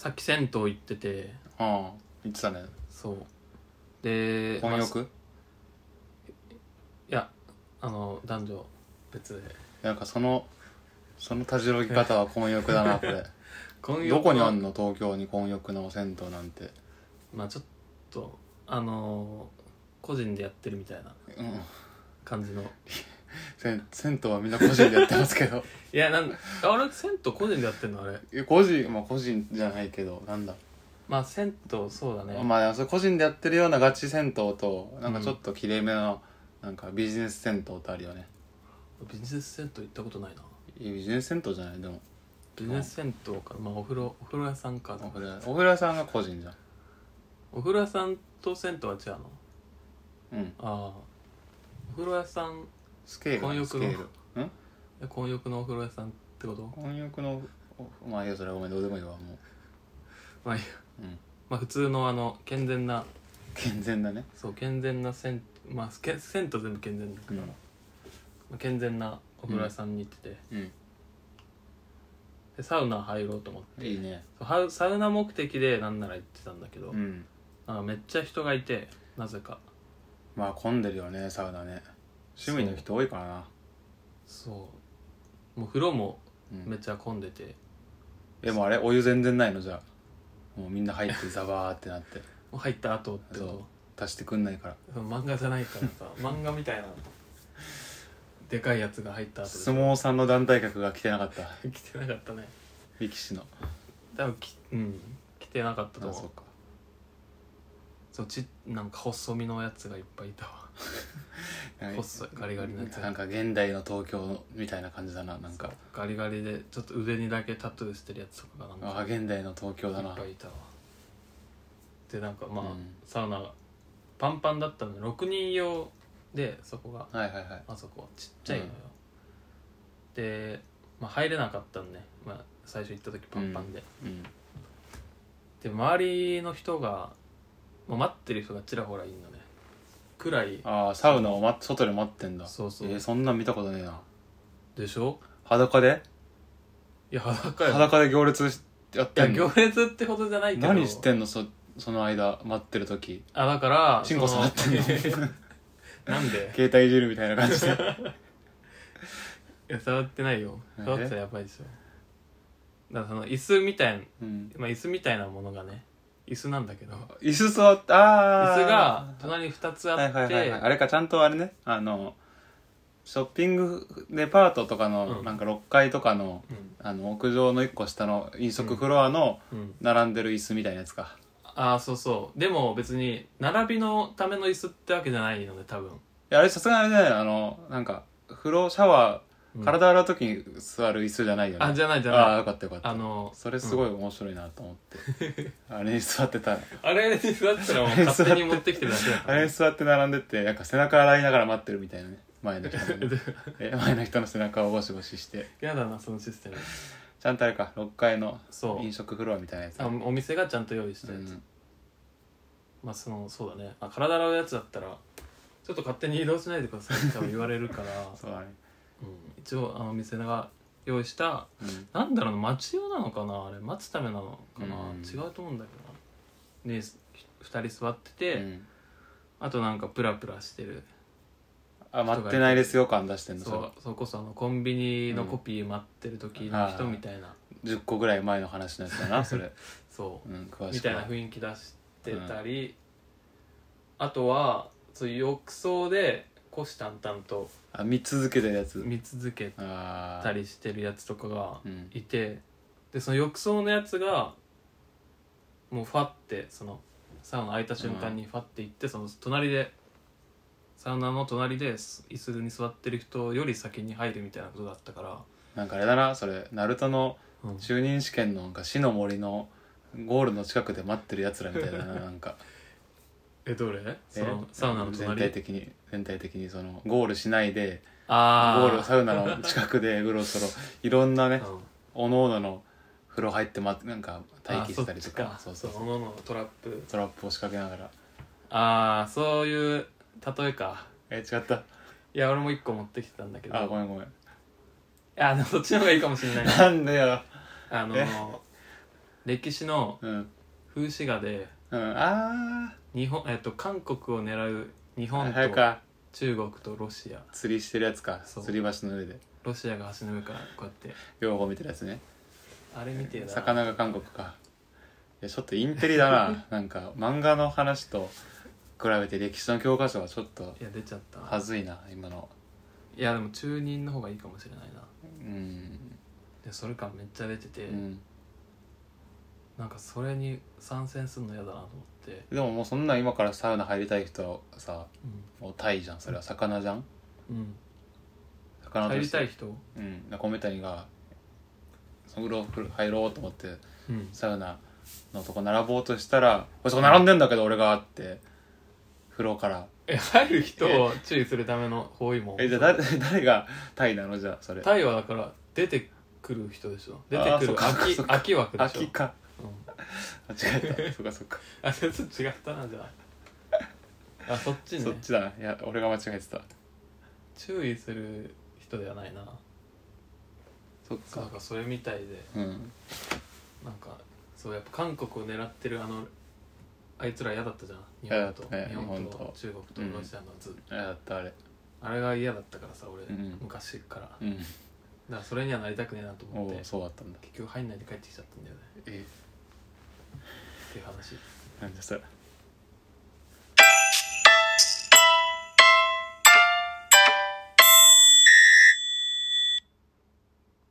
さっき銭湯行ってて、 ああ言ってたね。 そうで混浴、 いや男女別でなんかそのたじろぎ方は混浴だなこれ混浴どこにあんの東京に混浴の銭湯なんて。 まあちょっと個人でやってるみたいなうん感じの銭湯はみんな個人でやってますけどいやあれ銭湯個人でやってんのあれ。 個人、まあ個人じゃないけどなんだ、 まあ銭湯そうだね。 まあそれ個人でやってるようなガチ銭湯となんかちょっときれいめのなんかビジネス銭湯ってあるよね。 ビジネス銭湯行ったことないな。 ビジネス銭湯じゃないでも。 ビジネス銭湯か、まあお風呂屋さんか。 お風呂屋さんが個人じゃん。 お風呂屋さんと銭湯は違うの？ うんああ、お風呂屋さんスケール混浴のスケール混浴のお風呂屋さんってこと？ 混浴のまあいいよそれはごめんどうでもいいわもまあいいや、 う。うんまあ普通の健全な、 健全だね。 そう健全な銭湯全部健全だから、 うんまあ、健全なお風呂屋さんに行ってて、 うんでサウナ入ろうと思っていいね。 そうサウナ目的でなんなら行ってたんだけど、 うんなんかめっちゃ人がいて、なぜかまあ混んでるよねサウナね。趣味の人多いからな。 そうもう風呂もうんめっちゃ混んでて、 でもあれお湯全然ないのじゃあもうみんな入ってザバーってなってもう入った後ってこ足してくんないからと？漫画じゃないからさ漫画みたいなでかいやつが入った後で相撲さんの団体客が来てなかった来てなかったね。 力士の。 多分来てなかったと思う。 あそうか。 なんか細身のやつがいっぱいいたわ細いガリガリのやつがなんか現代の東京みたいな感じだな。なんかガリガリでちょっと腕にだけタトゥーしてるやつとかがなんか現代の東京だないっぱいいたわ。でなんかまあ、 うんサウナがパンパンだったので6人用でそこがはいはいはい。 あそこはちっちゃいのよ、で、まあ、入れなかったんね、まあ、最初行った時パンパンで、 うんで周りの人がもう待ってる人がちらほらいるのねくらい。 ああサウナを外で待ってんだ。 そうそうそんなん見たことねえな。 でしょ？ 裸でいや裸よ。 裸で行列やっいやてんの？ 行列ってほどじゃないけど何してんのその間待ってる時。 だからチンコ触ってんのなんで携帯いじるみたいな感じでいや触ってないよ。触ってたらやばいですよ。だからその椅子みたいな、椅子みたいなものがね、椅子なんだけど椅子座って椅子が隣に2つあって、 あれかちゃんとあれねショッピングデパートとかの、なんか6階とかの、屋上の1個下の飲食フロアの並んでる椅子みたいなやつか。 そうそう。でも別に並びのための椅子ってわけじゃないので多分。 いやあれさすがにねなんか風呂シャワー、体洗う時に座る椅子じゃないよね。 じゃないじゃない。 よかったよかった。それすごい面白いなと思って、あれに座ってたあれに座ってたらもう勝手に持ってきてるだけだから、 あれに座って並んでってなんか背中洗いながら待ってるみたいなね。前の人のね前の人の背中をゴシゴシして。 やだなそのシステム。 ちゃんとあれか6階のそう飲食フロアみたいなやつ、 お店がちゃんと用意したやつ、まあそうだね。体洗うやつだったらちょっと勝手に移動しないでくださいって多分言われるからそうだね、 一応お店が用意した、なんだろうな、待ち用なのかな、あれ待つためなのかな、違うと思うんだけどな。で2人座ってて、あとなんかプラプラしてる待ってないですよ感出してんの。 そこそコンビニのコピー待ってる時の人みたいな、 10個ぐらい前の話のやつだなそれそう、 詳しくみたいな雰囲気出してたり、あとはそういう浴槽で虎視眈々と見続けてるやつ見続けたりしてるやつとかがいて、でその浴槽のやつがもうファってそのサウナ開いた瞬間にファって行って、その隣でサウナの隣で椅子に座ってる人より先に入るみたいなことだったから、 なんかあれだなそれナルトの中任試験のなんか死の森のゴールの近くで待ってるやつらみたいだななんかどれそのサウナの隣全体的にそのゴールしないでゴーールサウナの近くでうろそろいろんなね、おのおのの風呂入ってなんか待機したりとか、 そうおのおのトラップを仕掛けながら。 そういう例えか。 違った。 いや俺も一個持ってきてたんだけど。 ごめんごめん。 でもそっちの方がいいかもしれない。 なんでよ。 歴史のうん風刺画でうんあ日本、韓国を狙う日本とあか中国とロシア、 釣りしてるやつかそう釣り橋の上でロシアが橋の上からこうやって両方見てるやつねあれ見てえな。 魚が韓国かいやちょっとインテリだななんか漫画の話と比べて歴史の教科書はちょっといや出ちゃったはずいな今のいやでも中任の方がいいかもしれないな。 うんでそれ感めっちゃ出てて、 うんなんかそれに参戦するの嫌だなと思って、 でももうそんな今からサウナ入りたい人はさうもうタイじゃんそれは魚じゃんん、 魚として入りたい人、 うん米谷がその風呂入ろうと思ってうん、 サウナのとこ並ぼうとしたら「そこ並んでんだけど俺が」って風呂から入る人を注意するための包囲網。 じゃあ誰がタイなのじゃあそれタイはだから出てくる人でしょ。出てくる秋枠でしょ。 秋かうん、 間違えたそっかそっかあ、ちょっと違ったなじゃあ。あ、そっちね。 そっちだないや俺が間違えてた注意する人ではないな。 そっなんかそれみたいで、 うんなんかそうやっぱ韓国を狙ってるあいつら嫌だったじゃん。日嫌だ本と、 ったね日本日本とと中国とロシアの図、 だったあれあれが嫌だったからさ俺、 うん昔からだかうんらそれにはなりたくねえなと思おおってそうだったんだ結局入んないで帰ってきちゃったんだよねえっていう話。 なんでそれ